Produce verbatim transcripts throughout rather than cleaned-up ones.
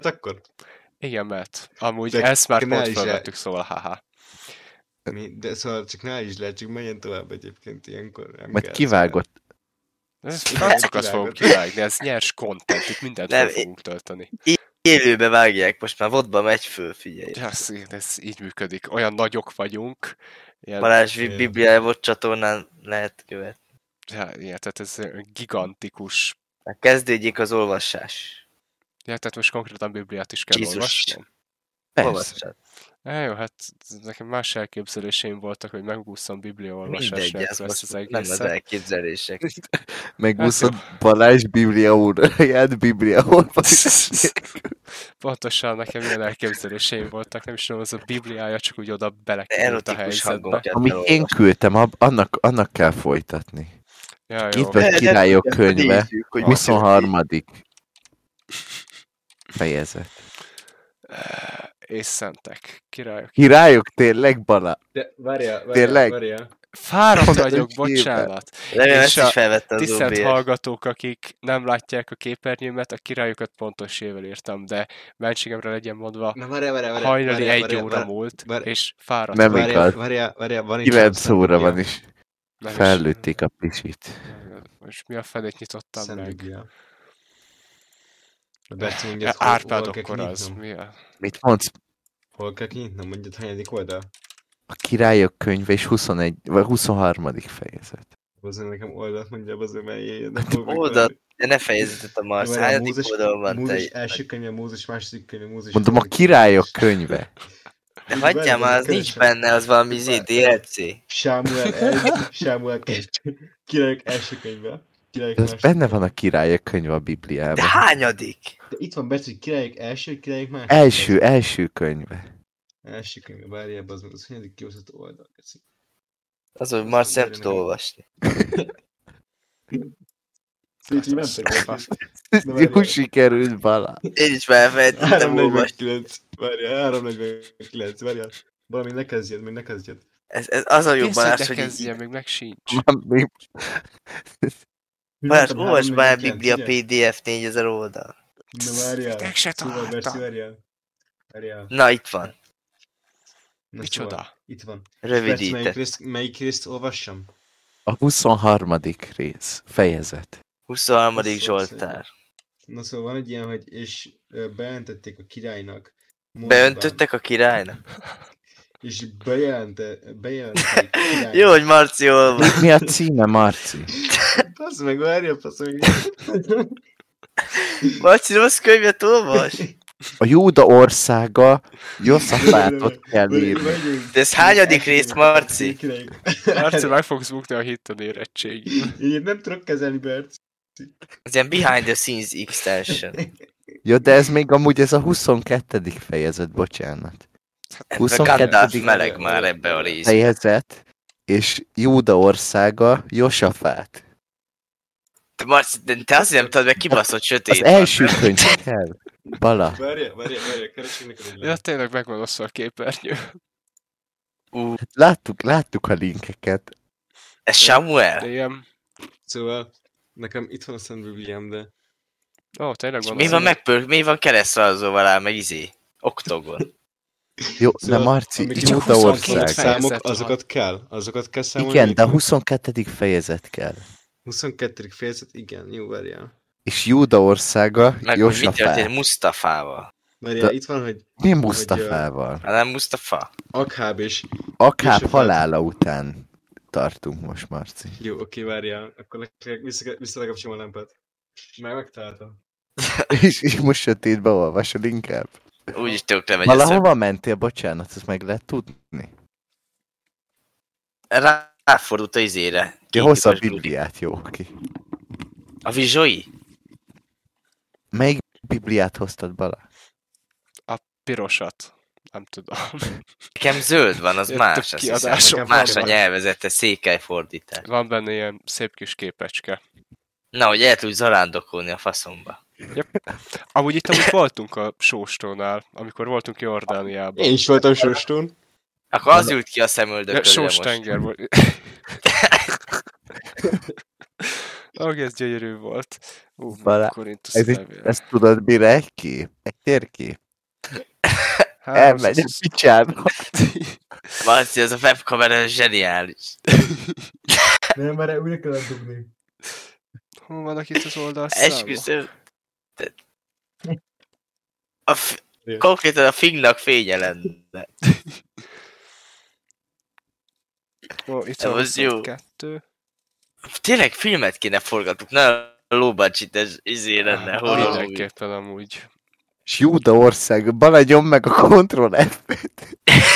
akkor? Igen, mert amúgy de ezt már pont felvettük, szóval haha. Mi? De szóval csak ne is lehet, csak menjen tovább egyébként ilyenkor. Majd kivágott. Ez francokat fogunk kivágni, ez nyers content, itt mindent nem, fel fogunk tölteni. Élőbe vágják, most már vodba megy föl, figyelj. Ez, ez így működik, olyan nagyok vagyunk. Ilyen... Balázs Bibliája csatornán lehet követni. Ja, ilyen, tehát ez gigantikus. Na, kezdődjék az olvasás. Ja, tehát most konkrétan Bibliát is kell Jézus. olvasnom. Olvassad. Ja, jó, hát nekem más elképzeléseim voltak, hogy megúszom Biblia olvasásnak lesz az egészet. Nem az elképzelések. Megúszod hát Balázs Biblia óráját, Biblia olvasás. Pontosan nekem ilyen elképzeléseim voltak, nem is tudom, az a Bibliája csak úgy oda belekerült a helyzetbe. Amit én küldtem, annak, annak kell folytatni. Ja, jó. Itt vagy Királyok könyve, huszonharmadik fejezet. És szentek. Királyok. Királyok, tényleg, Bala? De várjál, várjál, tényleg? várjál. Fáradt vagyok, bocsánat. Remélem, és ezt is a tisztelt hallgatók, akik nem látják a képernyőmet, a királyokat pontos ével írtam, de mentségemre legyen mondva, Na, várjál, várjál, várjál, hajnali várjál, egy várjál, óra várjál, múlt, várjál, és fáradt nem vagyok. igaz. Várjál, várjál, van itt kilenc óra van is. Nem Fellőtték is. A pisit. Most mi a fenét nyitottam Szent meg? Biblia. Berci, mondjad, Árpád akkor az. Mi a... Mit mondsz? Hol kell kinyitnom? Mondjad, hanyadik oldal? A Királyok könyve és huszonegy, vagy huszonharmadik fejezet. Hozzá nekem oldalt mondja, azért mert oldalt, de ne fejezetet a Marsz. Hányadik oldal van? Mózes első könyve, Mózes második könyve, Mózes... Mondom, a Királyok könyve. De hagyjál már, az nincs benne, az valami zé dé el cé. Sámuel egy, Sámuel kettő. Királyok első könyve. Ez benne van a Királyok könyve a Bibliában. De hányadik? De itt van Berci, hogy Királyok első, Királyok második. Első, első könyve. Első könyve, várjál, az meg az hanyadik kiosztott oldal. Az, hogy Marci nem tud olvasni. Így nem tudom. Jó sikerült, Bala. Én is felfejtettem olvasni. Várjál, három negyvenkilenc, várjál. Valami ne kezdjed, még ne kezdjed. Ez, ez az a jobb Balázs, hogy kezdjed, még meg sincs. Balázs, olvasd már a Biblia pé dé ef négyezer oldal. Na várjál. Meg se szóval, Berci, várjál. Várjál. Na, itt van. Micsoda? Szóval, itt van. Rövidített. Melyik részt, melyik részt olvassam? A huszonharmadik rész, fejezet. huszonharmadik Zsoltár. Na szóval van egy ilyen, hogy és bejelentették a királynak. Beöntöttek a királynak? És bejelente, bejelentették a királynak. Jó, hogy Marci olvas. Mi a címe, Marci? Passz meg, várja, passz meg. Marci, rossz könyvet olvas? A Júda országa Joszafátot kell írni. De ez hányadik rész, Marci? Marci, meg fogsz bukni a hitten érettségig. Én nem tudok kezelni, Berci. Ez ilyen behind the scenes extension. Jó, de ez még amúgy ez a huszonkettedik fejezet, bocsánat. huszonkettő meleg már ebbe a részbe. Fejezet, és Júda országa Josafát. Te, Marci, de te azt nem tudod, meg kibaszott sötét. Az első könyv kell. Bala. Várja, várja, várja, keresünk neked egy Ja, tényleg megvan osztva a képernyő. Uh. Láttuk, láttuk a linkeket. Ez Samuel? Igen. Szóval, nekem itt van a Szent Bibliám, de... Ó, oh, tényleg van. Mi van megpör, mi van keresztrajzolva rá, meg izé? Oktogon. Jó, szóval, de Marci, Júda ország. Számok, azokat kell, azokat kell számolni. Igen, de a huszonkettedik fejezet kell. huszonkettedik fejezet, igen, jó, várjál. És Júda országa meg Josafát. Meg mit történt Mustafával? Várjál, de itt van, hogy... Mi Mustafával? Hát nem Mustafa? Akháb és... Akháb halála után tartunk most, Marci. Jó, oké, várjál. Akkor vissza, vissza lekapcsolom a lámpát. Már megtaláltam. és, és most sötétbe olvasod inkább. Úgyis tökre megy. Valahova mentél, bocsánat, ezt meg lehet tudni. Ráfordult a izére. Ja, hozza a Bibliát, jó, oké. A vizsói? Melyik Bibliát hoztad, Bala? A pirosat. Nem tudom. Nekem zöld van, az más. Kiadások más a nyelvezete, székelyfordítás. Van benne ilyen szép kis képecske. Na, hogy el tudj zarándokolni a faszomba. Yep. Amúgy itt amúgy voltunk a Sóstónál, amikor voltunk Jordániában. Én is voltam Sóstón. Akkor az ült ki a szemöldöködre most. Sós tenger volt. Oké, ez gyönyörű volt. Ú, Balázs, Korintusz Ez egy, levél. ezt tudod mire egy kép? Egy térkép? Elmegy a picsába. Marci, ez a webkamera zseniális. Nem, már újra kellett dugni. Hol vannak itt az oldalszámok? Esküszöm. Te- A f... Konkrétan a fingnak fénye lenne. Ó, itt Ez van az jó. huszonkettő. Tényleg filmet kéne forgatnunk, nagyon low budget-es izé lenne. horror movie. Mindenképpen amúgy. És Júda ország, baladjon meg a Ctrl F-et.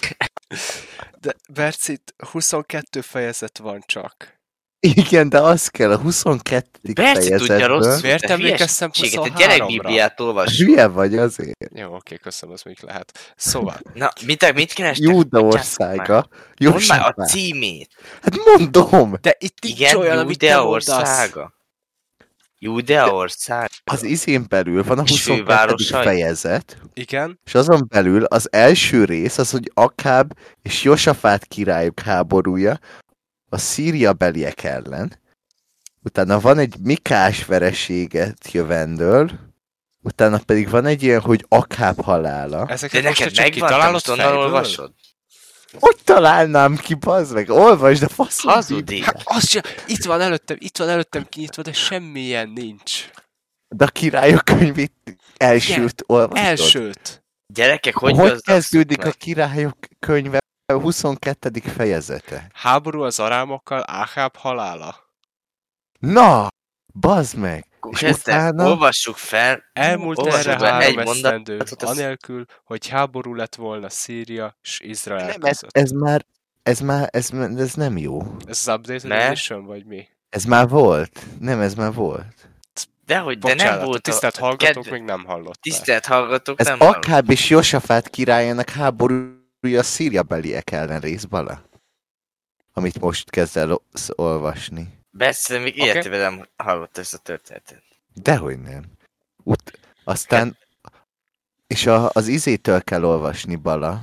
De Berci, huszonkettő fejezet van csak. Igen, de az kell a huszonkettedik Berci tudja fejezetből. rosszul, Miért te emlékeztem hülyeséget, a huszonháromra? gyerekbibliát olvas. Hülye vagy azért. Jó, oké, köszönöm, az még lehet. Szóval, Na, mit, mit kerestek? Júda Bocsánat országa. már. Mondd már a Jósapát. címét. Hát mondom! de itt nincs Igen, olyan, amit te Judea mondasz. országa. Judea ország. Az izén belül van a És huszonkettő fővárosai? fejezet, Igen, és azon belül az első rész az, hogy Akáb és Josafát királyok háborúja a Szíria beliek ellen. Utána van egy Mikás vereséget jövendől, utána pedig van egy ilyen, hogy Akáb halála. De ezeket most te neked csak megvan, te kitalálod most onnan fejből? olvasod? Hogy találnám ki, bazd meg? Olvasd a faszom Hazudik. Bibliát. Hát azt sem, itt van előttem, itt van előttem kinyitva, de semmilyen nincs. De a királyok könyvét elsőt olvasod. Elsőt. Gyerekek, hogy, Hogy, hogy gazdagszott kezdődik meg? a királyok könyve a huszonkettedik fejezete? Háború az arámokkal, Áháb halála. Na, bazd meg! És Kezdte, utána... olvassuk fel. Elmúlt Olvassuk erre be három egy esztendő, mondatot, az- anélkül, hogy háború lett volna Szíria és Izrael Nem, ez, között. ez már... Ez már... Ez, ez nem jó. Ez az updated Ne? edition, vagy mi? Ez már volt. Nem, ez már volt. Dehogy, de nem Bocsánat, a volt tisztelt a... hallgatók kedve- még nem hallották. Tisztelt hallgatók, Ez nem hallották. Akáb és Josafát királyának háborúja a Szíria beliek ellen rész, Bala. Amit most kezd el o- olvasni. Beszélem, még Oké. életében nem hallott ezt a történetet. Dehogy nem. Ut- aztán... És a, az izétől kell olvasni, Bala.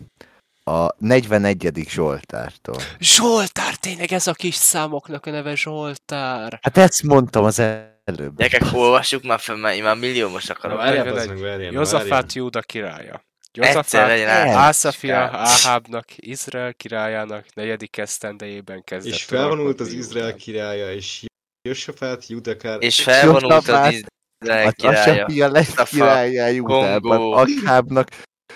A negyvenegyedik Zsoltártól. Zsoltár, tényleg ez a kis számoknak a neve Zsoltár. Hát ezt mondtam az előbb. Gyerekek, olvassuk már fel, mert én már milliómos akarok. Na, várjál, Várjál, bazd meg, várjál, Jozafát Júda királya. Egyszer Jozafát legyen át. Ászafia Áhábnak, Izrael királyának negyedik esztendejében kezdett És felvonult az uralkodni Izrael Júdán. királya, és Josafát, Judakár... És felvonult az Josafát, Izrael Az királya. Asafia lett Mustafa, királyá Júdában, Kongó. Akábnak,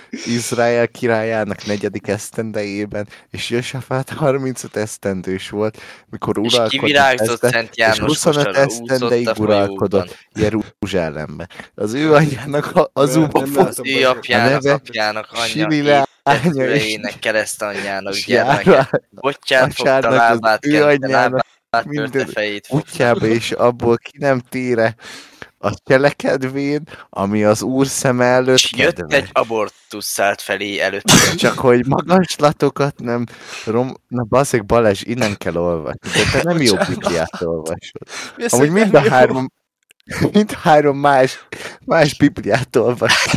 Izrael királyának negyedik esztendejében, és Josafát harmincöt esztendős volt, mikor És uralkodni kivirágzott kezdett, Szent és János huszonöt kosara esztendeig úszott a uralkodott folyóban. Jeruzsálembe. Az ő anyjának a- az Nem, uba nem volt, Az látom, ő bazd meg. apjának, neve apjának, anyja, Similánya és, édesüleinek, keresztanyjának, és gyermeke. Járá Bocsát fogta, atyának, az lábát ő kente, anyjának lábát minden törte, fejét fogta. útjába, és abból ki nem tére a cselekedvén, ami az Úr szeme előtt És jött kedves. egy abortusz szállt felé előtte. Csak hogy magaslatokat nem rom... Na baszik Balázs, innen kell olvasni. De te nem jó Bocsánat. Bibliát olvasod. Mi az, Amúgy hogy mind nem a jó? három, mind a három más, más Bibliát olvasod.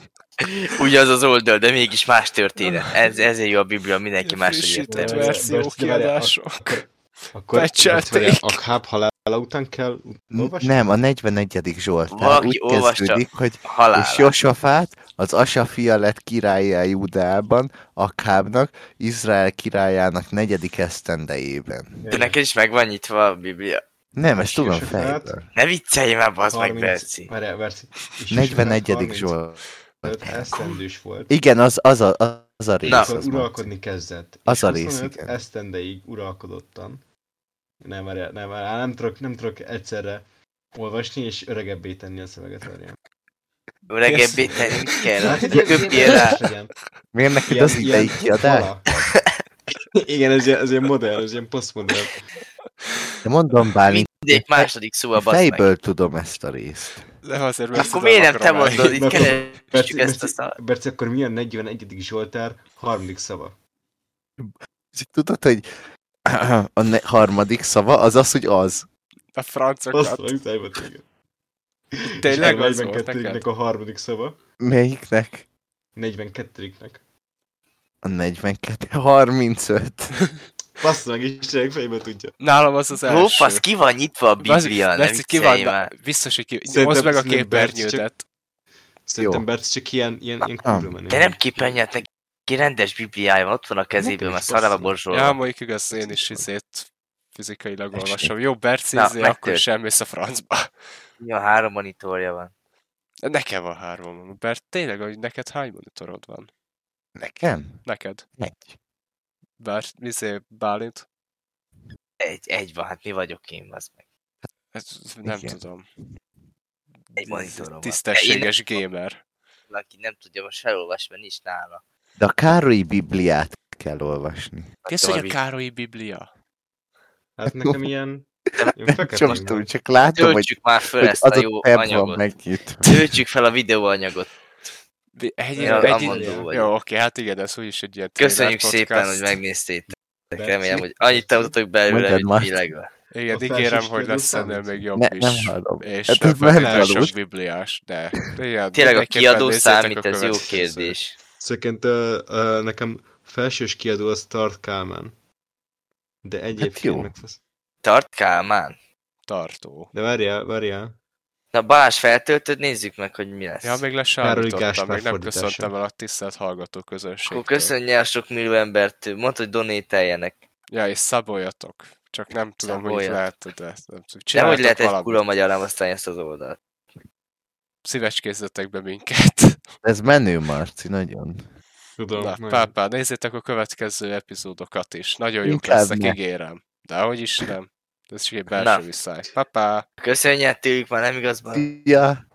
Ugyanaz az oldal, de mégis más történet. Ez, ezért jó a Biblia, mindenki máshogy Frissített értelmezi. Várjál, verzió Berci, várjál, kiadások. Akkor Pecselték. Akháb halála után kell olvasni? Nem, a negyvenegyedik Zsoltár Valaki úgy olvassa kezdődik, hogy Halálát. és Josafát, az Asafia lett királyá Júdeában, Akábnak, Izrael királyának negyedik esztendejében. De neked is meg van nyitva a Biblia. Nem, ezt És tudom Josafát? fejből. Ne viccelj már, bazd meg, harminc Berci. Várjál, Berci. És negyvenegyedik Josafát Zsoltár. harmincöt esztendős volt. Igen, az, az, a, az a rész. Na. az Akkor mondta. uralkodni kezdett. Az És a rész, huszonöt igen. esztendeig uralkodottan. Nem, várjál, nem, várjál, nem tudok, nem tudok egyszerre olvasni és öregebbé tenni a szöveget, várjál. Öregebbé tenni mit kell? Hát, Köpjél rá. legyen. Miért neked Ilyen- az idei ilyen kiadás? fala. Igen, ez ilyen, ez ilyen modern, ez ilyen posztmodern. De mondom Bálint, Mindegyik második szó a bazd meg. fejből tudom ezt a részt. De azért Berci, Akkor miért nem te akarom mondod? elhinni. Itt Na, akkor keressük Berci, ezt a Berci, szart. Berci, akkor mi a negyvenegyedik Zsoltár harmadik szava? Tudod, hogy a ne- harmadik szava az az, hogy az. A Azt francokat. mondom, szájba téged. Tényleg És a az volt negyvenkettőnek neked? a harmadik szava. Melyiknek? negyvenkettőnek A negyvenkettő, harmincöt. Bassza meg, Istenek fejből tudja. Nálam az az első. Lófasz, ki van nyitva a Biblia, nem Berci, ki van, viccelj már. biztos, hogy ki... Szerintem- Hozd meg a szerintem Berci képernyődet. Szerintem Jó. Berci csak ilyen, ilyen, ilyen Ah. kurva menő. De nem képernyőt, neki rendes Bibliája van, ott van a kezében, Nekem mert is szarába bassza. borzsolva. Ja, mondjuk igaz, én is izét fizikailag Esik. olvasom. Jó, Berci, Na, izé, akkor megtört. sem mész a francba. Ja, három monitorja van. Nekem van három. Bert, tényleg, hogy neked hány monitorod van? Nekem? Neked? Egy. Bár, izé, Bálint? Egy, egy van, hát mi vagyok én, az meg. Ez, nem Igen. tudom. Egy monitorom van. Tisztességes gamer. Aki nem tudja most felolvasni, mert nincs nála. De a Károlyi Bibliát kell olvasni. Ki az, hogy a Károlyi Biblia? Hát nekem ilyen... ilyen Nem fekete csak meg tudom, van. csak látom, hogy, Töltsük már föl hogy ezt az a a jó tab van anyagot. megnyitva. Töltsük fel a videóanyagot. Egy, Ja, egy, Amandó vagy. jó, oké, hát igen, ez úgyis egy ilyen Köszönjük trailer szépen, podcast. hogy megnéztétek. Berci. Remélem, hogy annyit tanultatok belőle, Mondjad, mint Marci. világban. Igen, A ígérem, felsős hogy lesz kiadó ennél számít? még jobb Ne, is. nem hallom. És Hát hát ez már nem sok valós. bibliás, de igen, Tényleg a mindenképpen kiadó nézzétek számít, a ez jó következő. kérdés. Szóként uh, uh, nekem felsős kiadó az Tart Kálmán. De egyébként Hát jó. megfasz. Tart Kálmán. Tartó. De várjál, várjál. Na Balázs, feltöltöd, nézzük meg, hogy mi lesz. Ja, még Károly lesállítottam, Gáspár meg nem fordítása. köszöntem el a tisztelt hallgató közönségtől. Akkor köszönj el sok millió embert, mondd, hogy donételjenek. Ja, és szaboljatok. Csak nem tudom, hogy Szaboljatok. lehet, de nem tudom. De hogy Csináljatok lehet egy valamit. kurva magyar használni ezt az oldalt? Szívecskézzetek be minket. Ez menő, Marci, nagyon. Tudom. Na, majd. pápá, nézzétek a következő epizódokat is. Nagyon jók Inkább lesznek, ne. ígérem. De ahogy is nem. Ez csak egy Na. belső viszály. Papá! Köszönjük tőlük, már nem igaz, Balázs? Szia!